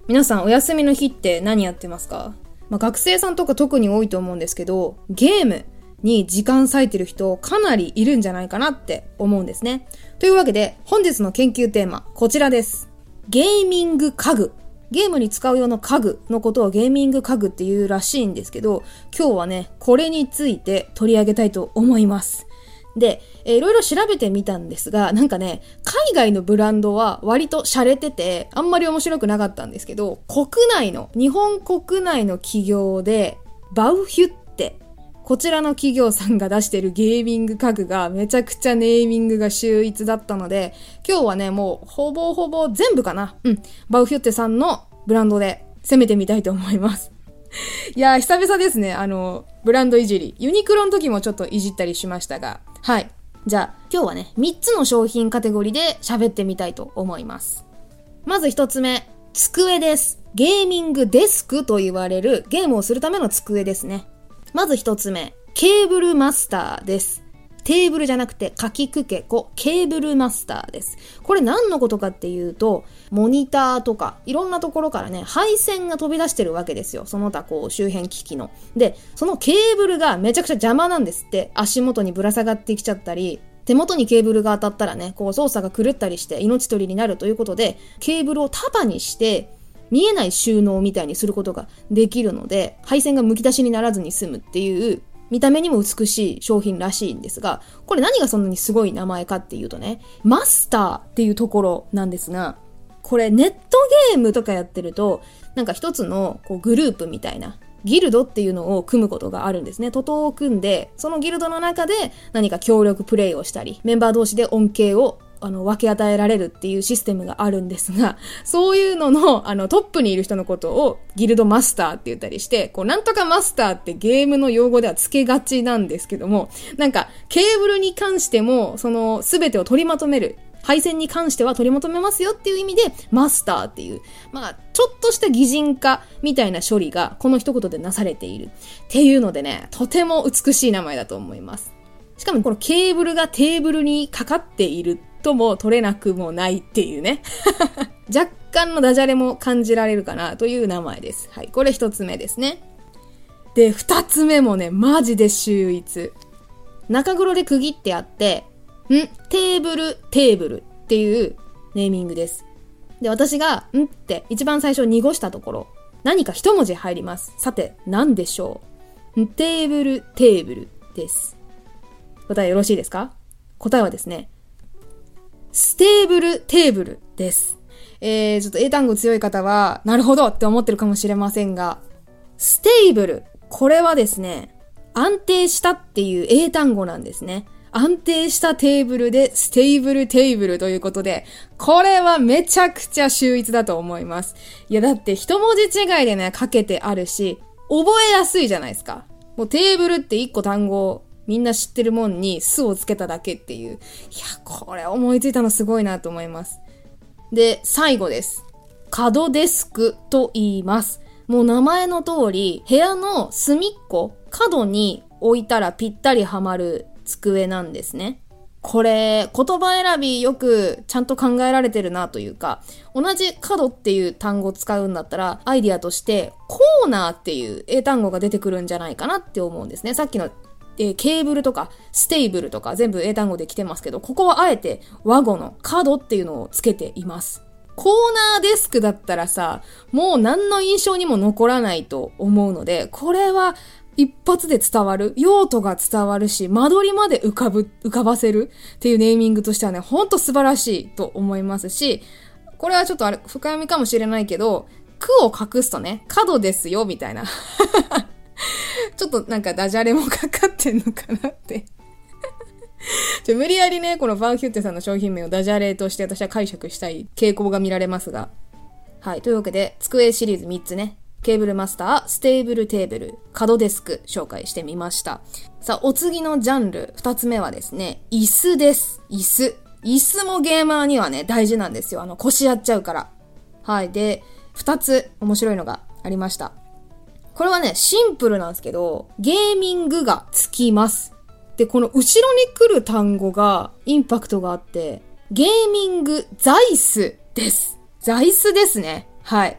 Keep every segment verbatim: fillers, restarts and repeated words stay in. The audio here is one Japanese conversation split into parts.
皆さんお休みの日って何やってますか？まあ、学生さんとか特に多いと思うんですけど、ゲームに時間割いてる人かなりいるんじゃないかなって思うんですね。というわけで本日の研究テーマこちらです。ゲーミング家具。ゲームに使う用の家具のことをゲーミング家具っていうらしいんですけど、今日はねこれについて取り上げたいと思います。で、えー、いろいろ調べてみたんですが、なんかね海外のブランドは割と洒落ててあんまり面白くなかったんですけど、国内の日本国内の企業でバウヒュッテ、こちらの企業さんが出しているゲーミング家具がめちゃくちゃネーミングが秀逸だったので、今日はねもうほぼほぼ全部かな、うん、バウヒュッテさんのブランドで攻めてみたいと思います。いやー久々ですね、あのブランドいじり。ユニクロの時もちょっといじったりしましたが、はい、じゃあ今日はねみっつの商品カテゴリーで喋ってみたいと思います。まずひとつめ、机です。ゲーミングデスクと言われるゲームをするための机ですね。まずひとつめ、ケーブルマスターです。テーブルじゃなくてかきくけこ、ケーブルマスターです。これ何のことかっていうと、モニターとかいろんなところからね配線が飛び出してるわけですよ。その他こう周辺機器の。で、そのケーブルがめちゃくちゃ邪魔なんですって。足元にぶら下がってきちゃったり、手元にケーブルが当たったらね、こう操作が狂ったりして命取りになるということで、ケーブルを束にして見えない収納みたいにすることができるので、配線がむき出しにならずに済むっていう見た目にも美しい商品らしいんですが、これ何がそんなにすごい名前かっていうとね、マスターっていうところなんですが、これネットゲームとかやってると、なんか一つのこうグループみたいな、ギルドっていうのを組むことがあるんですね。徒党を組んで、そのギルドの中で何か協力プレイをしたり、メンバー同士で恩恵をあの分け与えられるっていうシステムがあるんですが、そういうののあのトップにいる人のことをギルドマスターって言ったりして、こうなんとかマスターってゲームの用語ではつけがちなんですけども、なんかケーブルに関してもその全てを取りまとめる、配線に関しては取りまとめますよっていう意味でマスターっていう、まあちょっとした擬人化みたいな処理がこの一言でなされているっていうのでね、とても美しい名前だと思います。しかもこのケーブルがテーブルにかかっているとも取れなくもないっていうね若干のダジャレも感じられるかなという名前です。はい、これ一つ目ですね。で、二つ目もねマジで秀逸。中黒で区切ってあってんテーブルテーブルっていうネーミングです。で、私がんって一番最初濁したところ、何か一文字入ります。さて何でしょう？テーブルテーブルです。答えよろしいですか？答えはですね、ステーブルテーブルです。えー、ちょっと英単語強い方はなるほどって思ってるかもしれませんが、ステーブル、これはですね、安定したっていう英単語なんですね。安定したテーブルでステーブルテーブルということで、これはめちゃくちゃ秀逸だと思います。いやだって一文字違いでねかけてあるし、覚えやすいじゃないですか。もうテーブルって一個単語みんな知ってるもんにスをつけただけっていう。いやこれ思いついたのすごいなと思います。で、最後です。角デスクと言います。もう名前の通り部屋の隅っこ角に置いたらぴったりはまる机なんですね。これ言葉選びよくちゃんと考えられてるなというか、同じ角っていう単語を使うんだったらアイディアとしてコーナーっていう英単語が出てくるんじゃないかなって思うんですね。さっきの、えー、ケーブルとかステーブルとか全部英単語で来てますけど、ここはあえて和語の角っていうのをつけています。コーナーデスクだったらさ、もう何の印象にも残らないと思うので、これは一発で伝わる、用途が伝わるし、間取りまで浮かぶ、浮かばせるっていうネーミングとしてはね、ほんと素晴らしいと思いますし、これはちょっとあれ、深読みかもしれないけど、句を隠すとね、角ですよ、みたいな。ちょっとなんかダジャレもかかってんのかなって。ちょ無理やりね、このバウヒュッテさんの商品名をダジャレとして私は解釈したい傾向が見られますが。はい、というわけで、机シリーズみっつね。ケーブルマスター、ステーブルテーブル、角デスク紹介してみました。さあ、お次のジャンル、二つ目はですね、椅子です。椅子。椅子もゲーマーにはね、大事なんですよ。あの、腰やっちゃうから。はい。で、二つ面白いのがありました。これはね、シンプルなんですけど、ゲーミングがつきます。で、この後ろに来る単語がインパクトがあって、ゲーミング座椅子です。座椅子ですね。はい。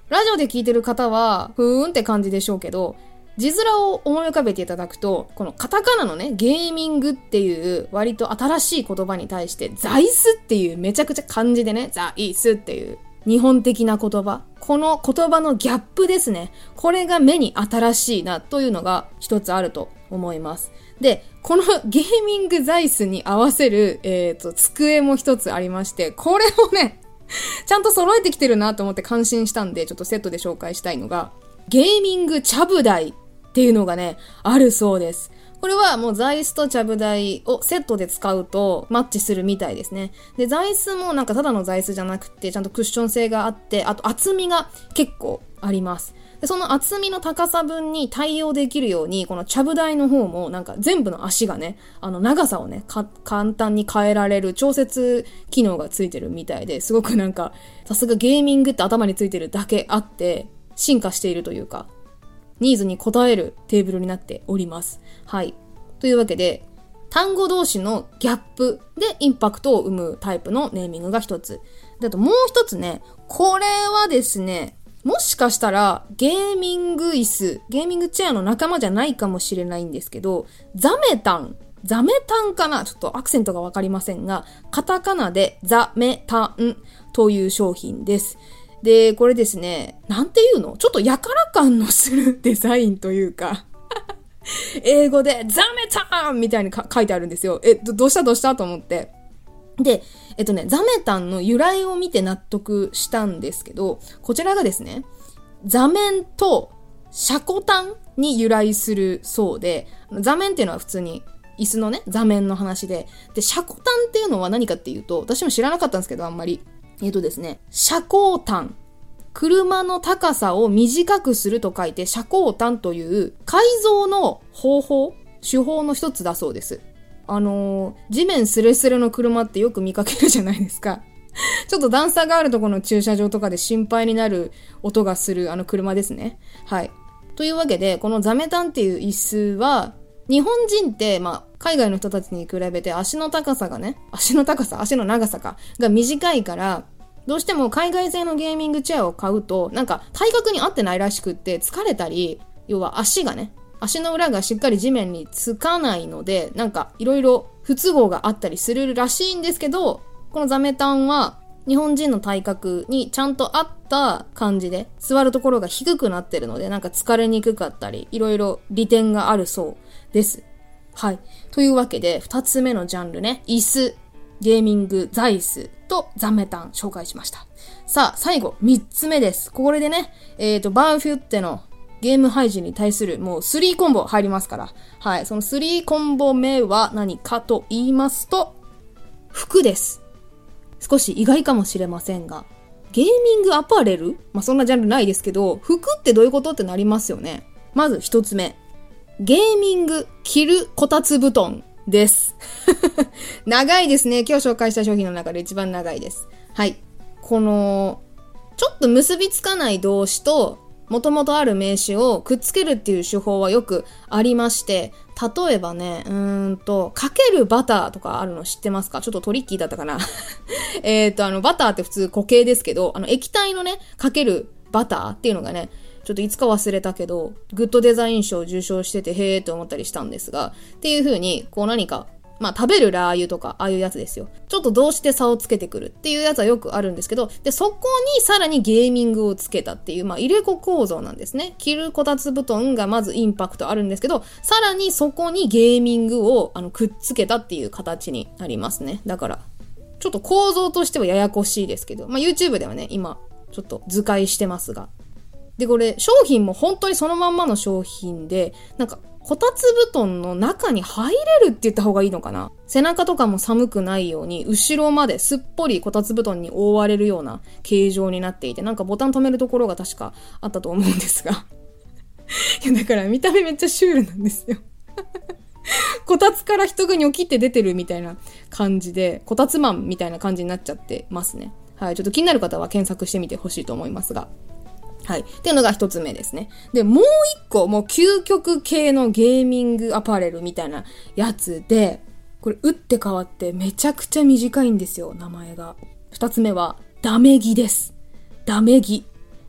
ラジオで聞いてる方は、ふーんって感じでしょうけど、字面を思い浮かべていただくと、このカタカナのね、ゲーミングっていう割と新しい言葉に対して、座椅子っていうめちゃくちゃ漢字でね、座椅子っていう日本的な言葉。この言葉のギャップですね。これが目に新しいなというのが一つあると思います。で、このゲーミング座椅子に合わせる、えっと、机も一つありまして、これをね、ちゃんと揃えてきてるなと思って感心したんで、ちょっとセットで紹介したいのが、ゲーミングちゃぶ台っていうのがね、あるそうです。これはもう座椅子とちゃぶ台をセットで使うとマッチするみたいですね。で、座椅子もなんかただの座椅子じゃなくて、ちゃんとクッション性があって、あと厚みが結構あります。で、その厚みの高さ分に対応できるように、このちゃぶ台の方もなんか全部の足がね、あの長さをね、か、簡単に変えられる調節機能がついてるみたいで、すごくなんか、さすがゲーミングって頭についてるだけあって、進化しているというか、ニーズに応えるテーブルになっております。はい。というわけで、単語同士のギャップでインパクトを生むタイプのネーミングが一つ。で、あともう一つね、これはですね、もしかしたらゲーミング椅子、ゲーミングチェアの仲間じゃないかもしれないんですけど、ザメタン、ザメタンかな、ちょっとアクセントがわかりませんが、カタカナでザメタンという商品です。で、これですね、なんていうの？ちょっとやから感のするデザインというか、英語でザメタンみたいに書いてあるんですよ。え、ど、どうしたどうしたと思って。で、えっとね、ザメタンの由来を見て納得したんですけど、こちらがですね、座面とシャコタンに由来するそうで、座面っていうのは普通に椅子のね、座面の話で、で、シャコタンっていうのは何かっていうと、私も知らなかったんですけど、あんまり。えっとですね、遮光端。車の高さを短くすると書いて、遮光端という改造の方法、手法の一つだそうです。あのー、地面スレスレの車ってよく見かけるじゃないですか。ちょっと段差があるところの駐車場とかで心配になる音がするあの車ですね。はい。というわけで、このザメタンっていう椅子は、日本人って、まあ、海外の人たちに比べて足の高さがね、足の高さ、足の長さか、が短いから、どうしても海外製のゲーミングチェアを買うと、なんか体格に合ってないらしくって疲れたり、要は足がね、足の裏がしっかり地面につかないので、なんかいろいろ不都合があったりするらしいんですけど、このザメタンは日本人の体格にちゃんと合った感じで、座るところが低くなってるので、なんか疲れにくかったり、いろいろ利点があるそうです。はい。というわけで、二つ目のジャンルね、椅子、ゲーミング、座椅子とザメタン紹介しました。さあ、最後、三つ目です。これでね、えっと、バーフュッテのゲーム配信に対するもうスリーコンボ入りますから。はい。そのスリーコンボ目は何かと言いますと、服です。少し意外かもしれませんが、ゲーミングアパレル？まあ、そんなジャンルないですけど、服ってどういうことってなりますよね。まず一つ目。ゲーミング着るこたつ布団です。長いですね。今日紹介した商品の中で一番長いです。はい。この、ちょっと結びつかない動詞と、元々ある名詞をくっつけるっていう手法はよくありまして、例えばね、うーんと、かけるバターとかあるの知ってますか？ちょっとトリッキーだったかな。えっと、あの、バターって普通固形ですけど、あの、液体のね、かけるバターっていうのがね、ちょっといつか忘れたけど、グッドデザイン賞を受賞してて、へーって思ったりしたんですが、っていう風に、こう何か、まあ食べるラー油とか、ああいうやつですよ。ちょっとどうして差をつけてくるっていうやつはよくあるんですけど、で、そこにさらにゲーミングをつけたっていう、まあ入れ子構造なんですね。着るこたつ布団がまずインパクトあるんですけど、さらにそこにゲーミングをあのくっつけたっていう形になりますね。だから、ちょっと構造としてはややこしいですけど、まあ YouTube ではね、今、ちょっと図解してますが。で、これ、商品も本当にそのまんまの商品で、なんか、こたつ布団の中に入れるって言った方がいいのかな？背中とかも寒くないように、後ろまですっぽりこたつ布団に覆われるような形状になっていて、なんかボタン止めるところが確かあったと思うんですが。いや、だから見た目めっちゃシュールなんですよ。こたつから人がニョキって出てるみたいな感じで、こたつマンみたいな感じになっちゃってますね。はい、ちょっと気になる方は検索してみてほしいと思いますが。はい。っていうのが一つ目ですね。で、もう一個、もう究極系のゲーミングアパレルみたいなやつで、これ打って変わってめちゃくちゃ短いんですよ、名前が。二つ目は、ダメ着です。ダメ着。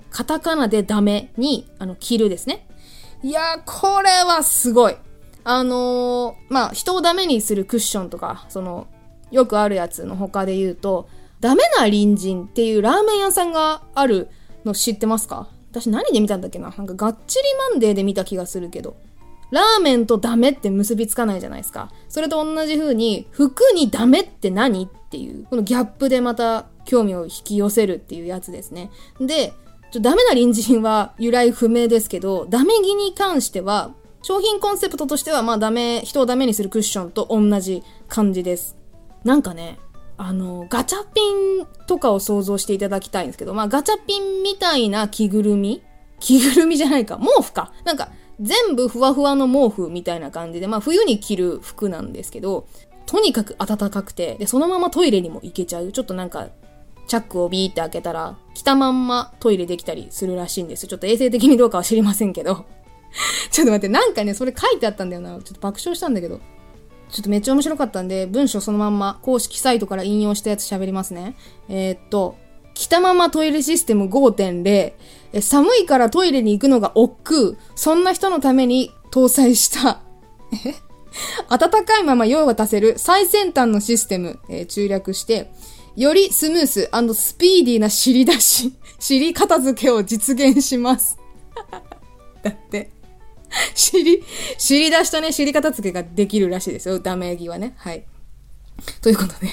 カタカナでダメに、あの、着るですね。いやー、これはすごい。あのー、まあ、人をダメにするクッションとか、その、よくあるやつの他で言うと、ダメな隣人っていうラーメン屋さんがあるの知ってますか？私何で見たんだっけな？なんかガッチリマンデーで見た気がするけど。ラーメンとダメって結びつかないじゃないですか。それと同じ風に、服にダメって何っていう、このギャップでまた興味を引き寄せるっていうやつですね。で、ちょダメな隣人は由来不明ですけど、ダメ着に関しては、商品コンセプトとしては、まあダメ、人をダメにするクッションと同じ感じです。なんかね、あの、ガチャピンとかを想像していただきたいんですけど、まあガチャピンみたいな着ぐるみ着ぐるみじゃないか。毛布か。なんか、全部ふわふわの毛布みたいな感じで、まあ冬に着る服なんですけど、とにかく暖かくて、で、そのままトイレにも行けちゃう。ちょっとなんか、チャックをビーって開けたら、着たまんまトイレできたりするらしいんです。ちょっと衛生的にどうかは知りませんけど。ちょっと待って、なんかね、それ書いてあったんだよな。ちょっと爆笑したんだけど。ちょっとめっちゃ面白かったんで、文章そのまんま公式サイトから引用したやつ喋りますね。えー、っと、着たままトイレシステム ごてんゼロ、寒いからトイレに行くのが億劫、そんな人のために搭載した、え暖かいまま用を渡せる最先端のシステム、えー、中略して、よりスムース&スピーディーな尻出し、尻片付けを実現します。だって、尻、尻出しとね、尻片付けができるらしいですよ。ダメ着はね。はい。ということで。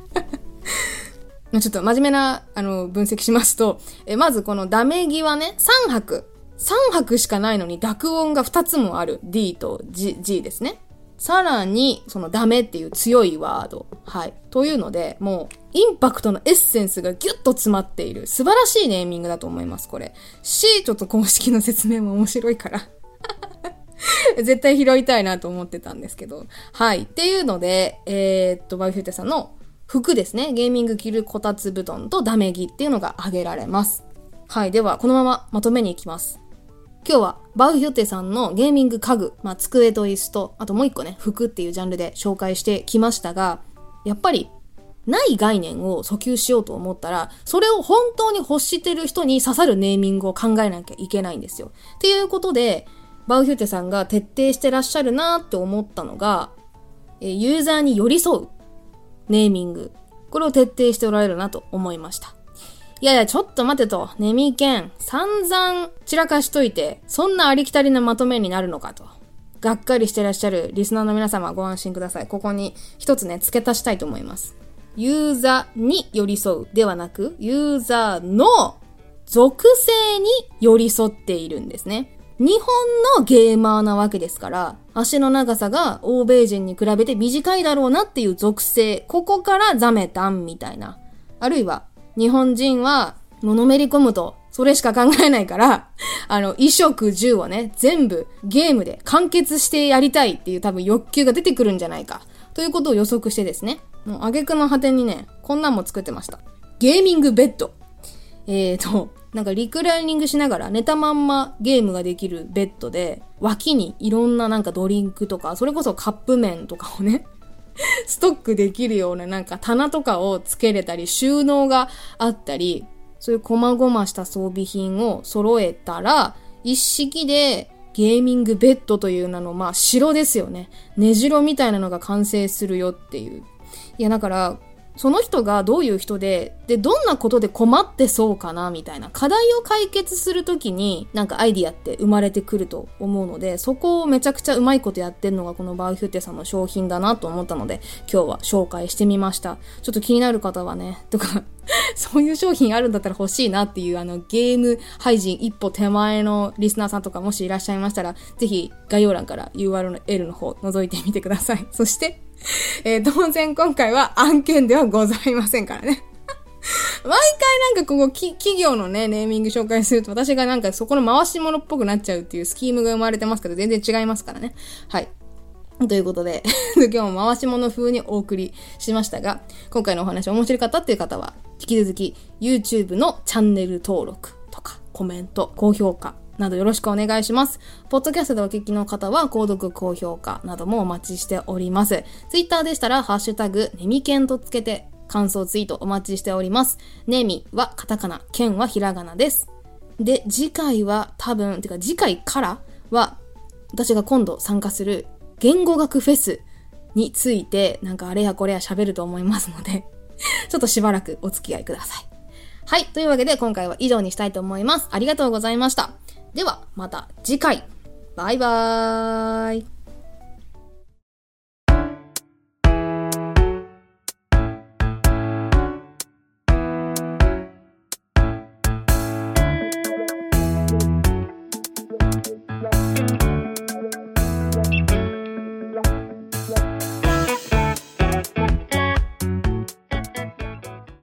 ちょっと真面目な、あの、分析しますと、え、まずこのダメ着はね、さん拍。さん拍しかないのに濁音がふたつもある D と G, G ですね。さらに、そのダメっていう強いワード。はい。というので、もう、インパクトのエッセンスがギュッと詰まっている。素晴らしいネーミングだと思います、これ。し、ちょっと公式の説明も面白いから。絶対拾いたいなと思ってたんですけど。はい。っていうので、えー、っと、バイフューテさんの服ですね。ゲーミング着るこたつ布団とダメ着っていうのが挙げられます。はい。では、このまままとめに行きます。今日はバウヒュッテさんのゲーミング家具、まあ、机と椅子と、あともう一個ね、服っていうジャンルで紹介してきましたが、やっぱり、ない概念を訴求しようと思ったら、それを本当に欲してる人に刺さるネーミングを考えなきゃいけないんですよ。っていうことで、バウヒュッテさんが徹底してらっしゃるなーって思ったのが、ユーザーに寄り添うネーミング。これを徹底しておられるなと思いました。いやいや、ちょっと待てと。ネミケン、散々散らかしといて、そんなありきたりなまとめになるのかと。がっかりしてらっしゃるリスナーの皆様ご安心ください。ここに一つね、付け足したいと思います。ユーザーに寄り添うではなく、ユーザーの属性に寄り添っているんですね。日本のゲーマーなわけですから、足の長さが欧米人に比べて短いだろうなっていう属性、ここからザメタンみたいな。あるいは、日本人は、ものめり込むと、それしか考えないから、あの、衣食住をね、全部ゲームで完結してやりたいっていう多分欲求が出てくるんじゃないか。ということを予測してですね、もう挙句の果てにね、こんなんも作ってました。ゲーミングベッド。えーと、なんかリクライニングしながら寝たまんまゲームができるベッドで、脇にいろんななんかドリンクとか、それこそカップ麺とかをね、ストックできるようななんか棚とかをつけれたり、収納があったり、そういう細々した装備品を揃えたら、一式でゲーミングベッドという名の、まあ城ですよね。根城みたいなのが完成するよっていう。いやだから、その人がどういう人で、で、どんなことで困ってそうかな、みたいな課題を解決するときに、なんかアイディアって生まれてくると思うので、そこをめちゃくちゃうまいことやってるのがこのバウヒュッテさんの商品だなと思ったので、今日は紹介してみました。ちょっと気になる方はね、とか、そういう商品あるんだったら欲しいなっていう、あの、ゲーム配信一歩手前のリスナーさんとかもしいらっしゃいましたら、ぜひ概要欄から ユーアールエル の方覗いてみてください。そして、えー、当然今回は案件ではございませんからね。毎回なんかここき企業のね、ネーミング紹介すると私がなんかそこの回し物っぽくなっちゃうっていうスキームが生まれてますけど全然違いますからね。はい。ということで、今日も回し物風にお送りしましたが、今回のお話面白かったっていう方は、引き続き YouTube のチャンネル登録とかコメント、高評価などよろしくお願いします。ポッドキャストでお聞きの方は、購読、高評価などもお待ちしております。Twitter でしたら、ハッシュタグ、ネミケンとつけて、感想ツイートお待ちしております。ネミはカタカナ、ケンはひらがなです。 で、次回は多分、てか次回からは、私が今度参加する言語学フェスについて、なんかあれやこれや喋ると思いますので、ちょっとしばらくお付き合いください。はい。というわけで今回は以上にしたいと思います。ありがとうございました。では、また次回。バイバーイ。